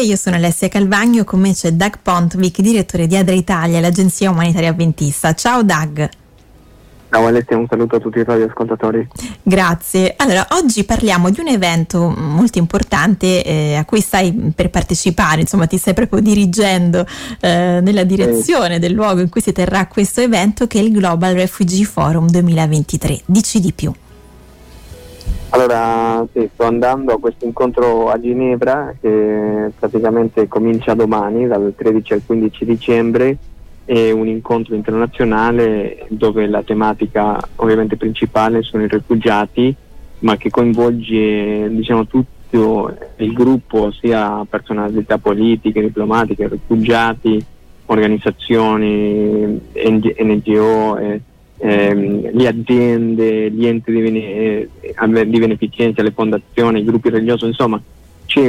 io sono Alessia Calvagno, con me c'è Doug Pontvic, direttore di ADRA Italia, l'agenzia umanitaria avventista. Ciao Doug. Ciao Alessia, un saluto a tutti i radioascoltatori. Grazie. Allora, oggi parliamo di un evento molto importante a cui stai per partecipare, insomma ti stai proprio dirigendo nella direzione del luogo in cui si terrà questo evento, che è il Global Refugee Forum 2023. Dici di più. Allora, sì, sto andando a questo incontro a Ginevra che praticamente comincia domani, dal 13 al 15 dicembre. È un incontro internazionale dove la tematica ovviamente principale sono i rifugiati, ma che coinvolge tutto il gruppo, sia personalità politiche, diplomatiche, rifugiati, organizzazioni, NGO, le aziende, gli enti di beneficenza, le fondazioni, i gruppi religiosi, insomma c'è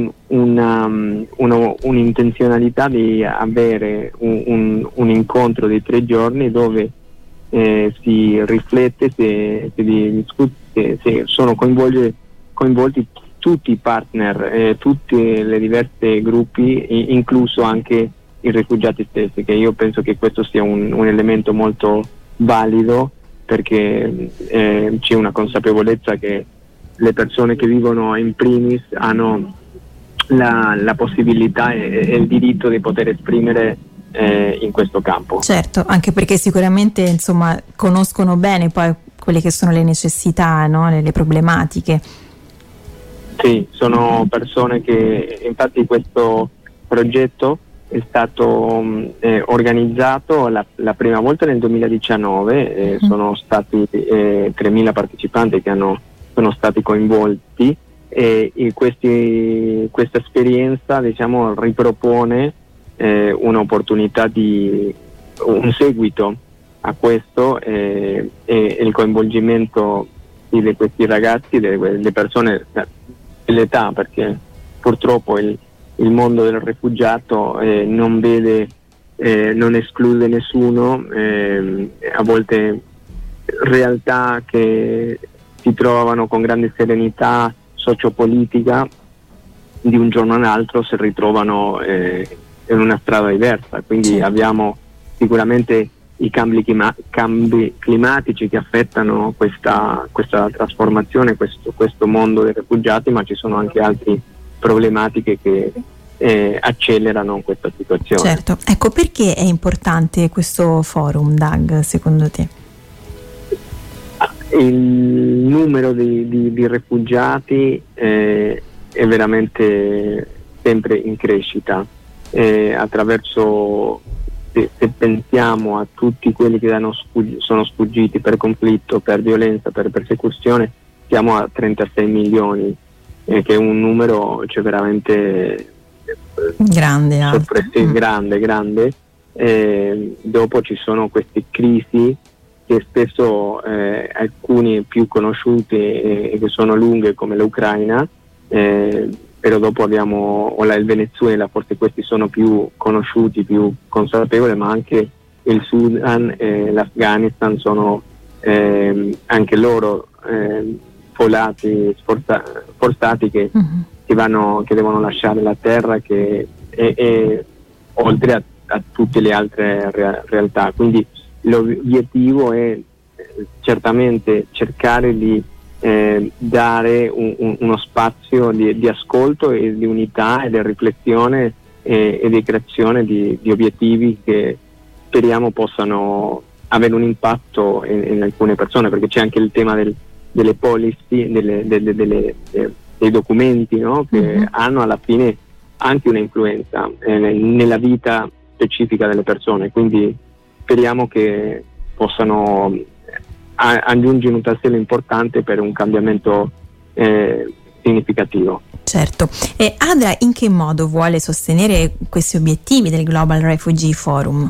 un'intenzionalità di avere un incontro di 3 giorni dove si riflette, si discute, se sono coinvolti tutti i partner, tutti le diverse gruppi, incluso anche i rifugiati stessi, che io penso che questo sia un elemento molto valido, perché c'è una consapevolezza che le persone che vivono in primis hanno la possibilità e il diritto di poter esprimere in questo campo. Certo, anche perché sicuramente insomma conoscono bene poi quelle che sono le necessità, no? le problematiche. Sì, sono persone che, infatti questo progetto è stato organizzato la prima volta nel 2019, sono stati 3.000 partecipanti che sono stati coinvolti, e questa esperienza ripropone un'opportunità di un seguito a questo, e il coinvolgimento di questi ragazzi, delle persone dell'età, perché purtroppo il mondo del rifugiato non vede, non esclude nessuno, a volte realtà che si trovano con grande serenità sociopolitica, di un giorno all'altro si ritrovano in una strada diversa, quindi abbiamo sicuramente i cambi climatici che affettano questa trasformazione, questo mondo dei rifugiati, ma ci sono anche altre problematiche che accelerano questa situazione. Certo, ecco, perché è importante questo forum, Doug, secondo te? Il numero di rifugiati è veramente sempre in crescita, attraverso, se pensiamo a tutti quelli che sono sfuggiti per conflitto, per violenza, per persecuzione, siamo a 36 milioni, che è un numero veramente grande, grande. Dopo ci sono queste crisi che spesso alcuni più conosciuti e che sono lunghe, come l'Ucraina, però dopo abbiamo il Venezuela, forse questi sono più conosciuti, più consapevoli, ma anche il Sudan e l'Afghanistan sono anche loro forzati che devono lasciare la terra, e oltre a tutte le altre realtà. Quindi l'obiettivo è certamente cercare di dare uno spazio di ascolto e di unità e di riflessione e di creazione di obiettivi che speriamo possano avere un impatto in alcune persone, perché c'è anche il tema delle policy, dei documenti, no? Che hanno alla fine anche una influenza nella vita specifica delle persone, quindi speriamo che possano aggiungere un tassello importante per un cambiamento significativo. Certo. E ADRA in che modo vuole sostenere questi obiettivi del Global Refugee Forum?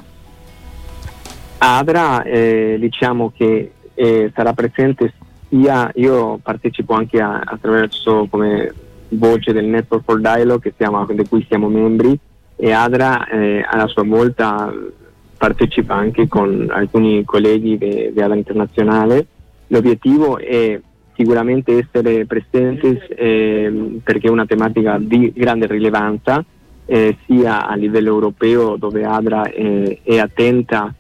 ADRA diciamo che sarà presente sia, io partecipo anche attraverso come voce del Network for Dialogue di cui siamo membri, e ADRA alla sua volta partecipa anche con alcuni colleghi di ADRA Internazionale. L'obiettivo è sicuramente essere presenti perché è una tematica di grande rilevanza, sia a livello europeo, dove ADRA è attenta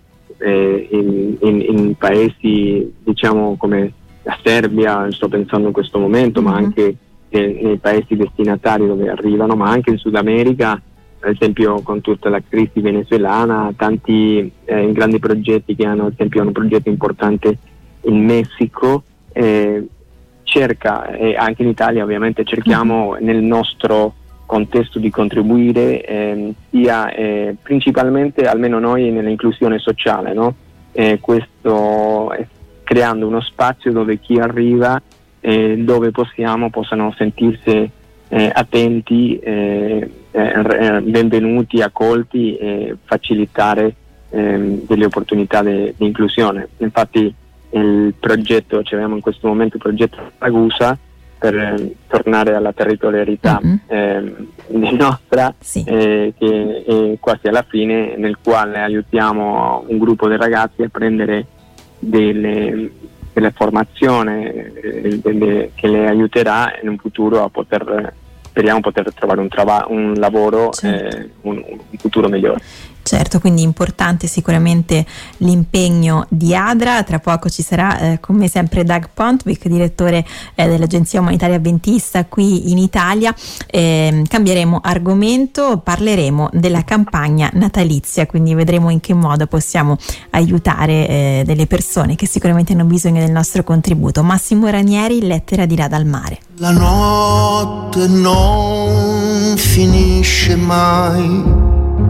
in paesi, diciamo, come la Serbia, sto pensando in questo momento, ma anche nei paesi destinatari dove arrivano, ma anche in Sud America, ad esempio con tutta la crisi venezuelana, tanti grandi progetti che hanno, ad esempio, un progetto importante in Messico, cerca, e anche in Italia ovviamente cerchiamo nel nostro contesto di contribuire sia principalmente, almeno noi, nell'inclusione sociale, no? Questo creando uno spazio dove chi arriva, dove possano sentirsi attenti, benvenuti, accolti, e facilitare delle opportunità di inclusione. Infatti il progetto, abbiamo in questo momento il progetto Ragusa, per tornare alla territorialità nostra, sì. Che è quasi alla fine, nel quale aiutiamo un gruppo di ragazzi a prendere delle formazioni che le aiuterà in un futuro a speriamo poter trovare un lavoro, certo. Un futuro migliore. Certo, quindi importante sicuramente l'impegno di ADRA. Tra poco ci sarà con me sempre Doug Pontwick, direttore dell'Agenzia Umanitaria Adventista qui in Italia. Cambieremo argomento, parleremo della campagna natalizia, quindi vedremo in che modo possiamo aiutare delle persone che sicuramente hanno bisogno del nostro contributo. Massimo Ranieri, Lettera di là dal mare. La notte non finisce mai,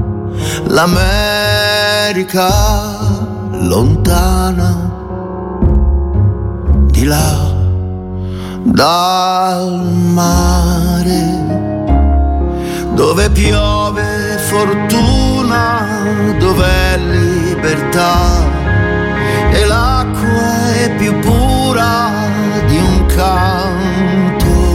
l'America lontana, di là dal mare, dove piove fortuna, dov'è libertà, e l'acqua è più pura di un canto.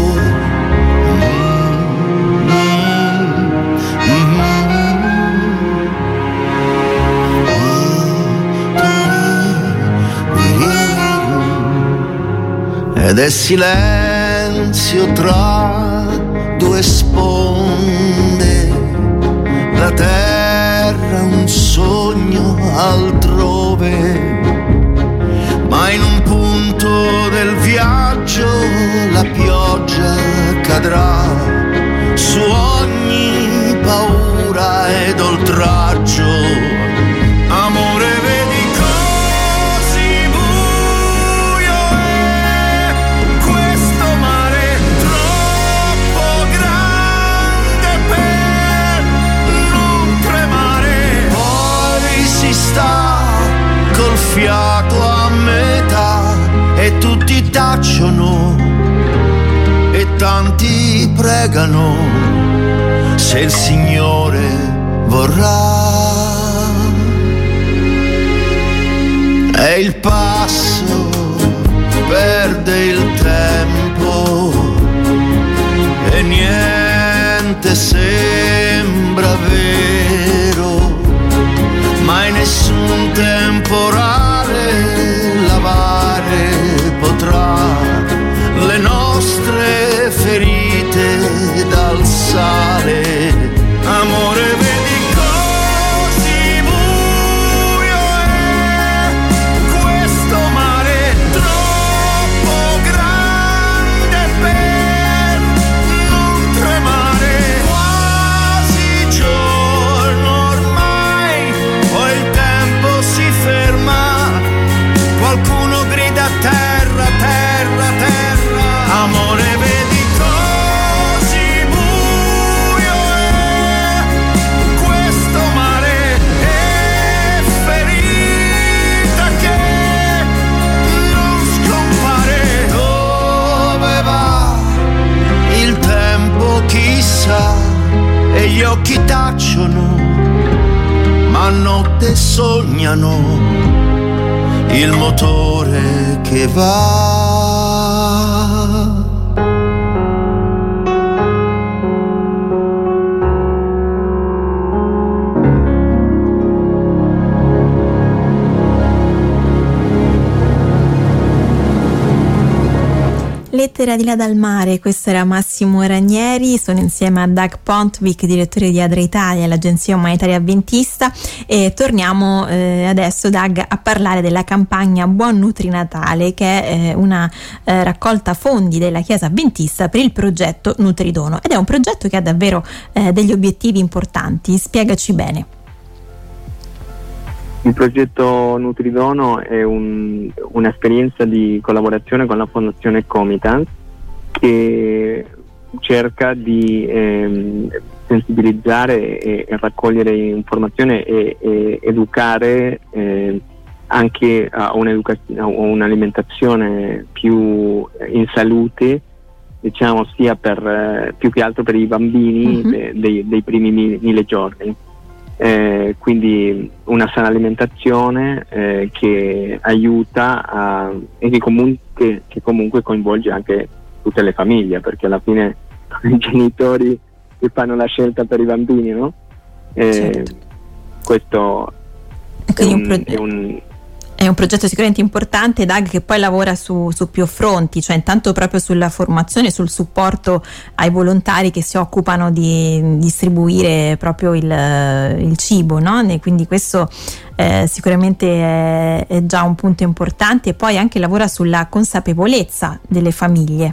Ed è silenzio tra due sponde, la terra un sogno altrove, ma in un punto del viaggio la pioggia cadrà su ogni paura ed oltraggio. Amore, vedi così buio è questo mare, troppo grande per non tremare. Poi si sta col fiato a metà e tutti tacciono e tanti pregano, se il Signore vorrà. E il passo perde il tempo e niente sembra vero, mai nessun temporale lavare potrà le nostre ferite dal sale. Amore, vedi così buio è questo mare, troppo grande per non tremare. Quasi giorno ormai, poi il tempo si ferma, qualcuno grida terra, terra, terra. Amore, vedi così buio è questo mare, e ferita che non scompare. Dove va il tempo chissà, e gli occhi tacciono, ma a notte sognano il motore che va. lettera di là dal mare, questo era Massimo Ranieri, sono insieme a Doug Pontvick, direttore di ADRA Italia, l'agenzia umanitaria avventista, e torniamo adesso, Doug, a parlare della campagna Buon Nutri Natale, che è una raccolta fondi della Chiesa Avventista per il progetto Nutridono, ed è un progetto che ha davvero degli obiettivi importanti. Spiegaci bene. Il progetto Nutridono è un'esperienza di collaborazione con la Fondazione Comitans, che cerca di sensibilizzare e raccogliere informazione e educare anche a un'alimentazione più in salute, diciamo, sia per più che altro per i bambini dei primi 1000 giorni. Quindi una sana alimentazione che aiuta e che comunque coinvolge anche tutte le famiglie, perché alla fine i genitori che fanno la scelta per i bambini, no? Certo. Questo è un progetto sicuramente importante, Doug, che poi lavora su più fronti, cioè intanto proprio sulla formazione, sul supporto ai volontari che si occupano di distribuire proprio il cibo, no? E quindi questo sicuramente è già un punto importante, e poi anche lavora sulla consapevolezza delle famiglie.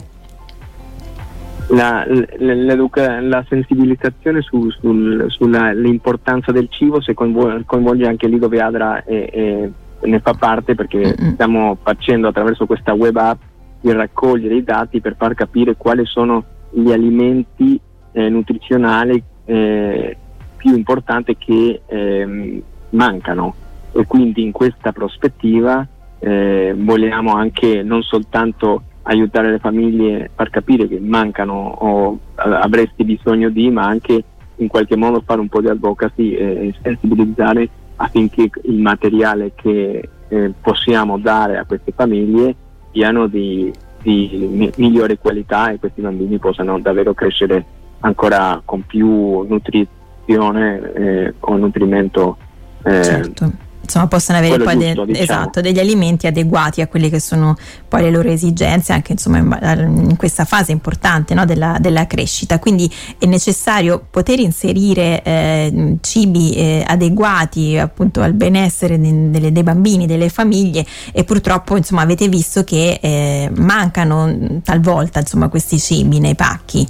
La sensibilizzazione sull'importanza del cibo si coinvolge anche lì dove ADRA ne fa parte, perché stiamo facendo attraverso questa web app di raccogliere i dati per far capire quali sono gli alimenti nutrizionali più importanti che mancano, e quindi in questa prospettiva vogliamo anche non soltanto aiutare le famiglie, far capire che mancano o avresti bisogno di, ma anche in qualche modo fare un po' di advocacy e sensibilizzare affinché il materiale che possiamo dare a queste famiglie siano di migliore qualità, e questi bambini possano davvero crescere ancora con più nutrizione o nutrimento. Certo. Insomma, possano avere poi giusto, diciamo. degli alimenti adeguati a quelle che sono poi le loro esigenze, anche insomma in questa fase importante, no, della crescita. Quindi è necessario poter inserire cibi adeguati appunto al benessere dei bambini, delle famiglie, e purtroppo insomma avete visto che mancano talvolta insomma questi cibi nei pacchi.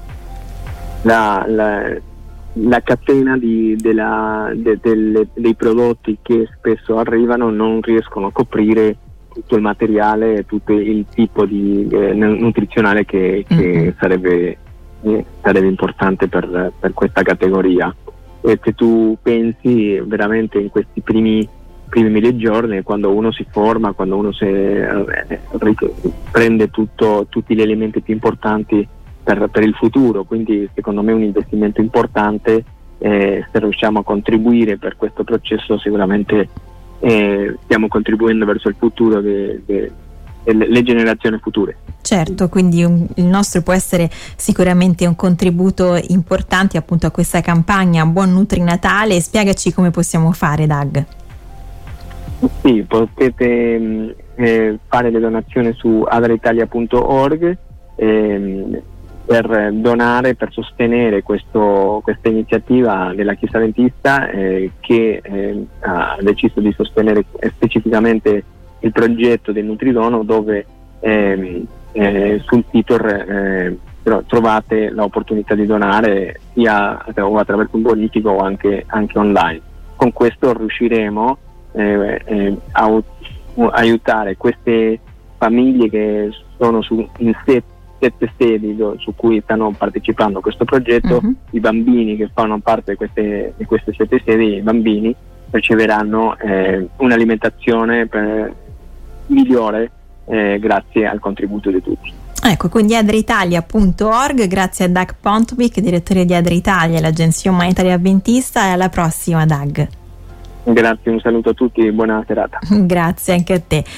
La catena dei prodotti che spesso arrivano non riescono a coprire tutto il materiale, tutto il tipo di nutrizionale che sarebbe importante per questa categoria. E se tu pensi veramente in questi primi 1000 giorni, quando uno si forma, quando uno prende tutti gli elementi più importanti per il futuro, quindi secondo me è un investimento importante. Se riusciamo a contribuire per questo processo, sicuramente stiamo contribuendo verso il futuro delle generazioni future. Certo, quindi il nostro può essere sicuramente un contributo importante appunto a questa campagna Buon Nutri Natale. Spiegaci come possiamo fare, Doug. Sì, potete fare le donazioni su adraitalia.org per donare, per sostenere questa iniziativa della Chiesa Adventista, che ha deciso di sostenere specificamente il progetto del Nutridono, dove sul sito trovate l'opportunità di donare sia attraverso un bonifico o anche online. Con questo riusciremo a aiutare queste famiglie che sono in 7 sedi su cui stanno partecipando a questo progetto. I bambini che fanno parte di queste 7 sedi, i bambini riceveranno un'alimentazione migliore grazie al contributo di tutti. Ecco, quindi adraitalia.org. Grazie a Doug Pontvick, direttore di ADRA Italia, l'agenzia umanitaria avventista, e alla prossima, Doug. Grazie, un saluto a tutti e buona serata. Grazie anche a te.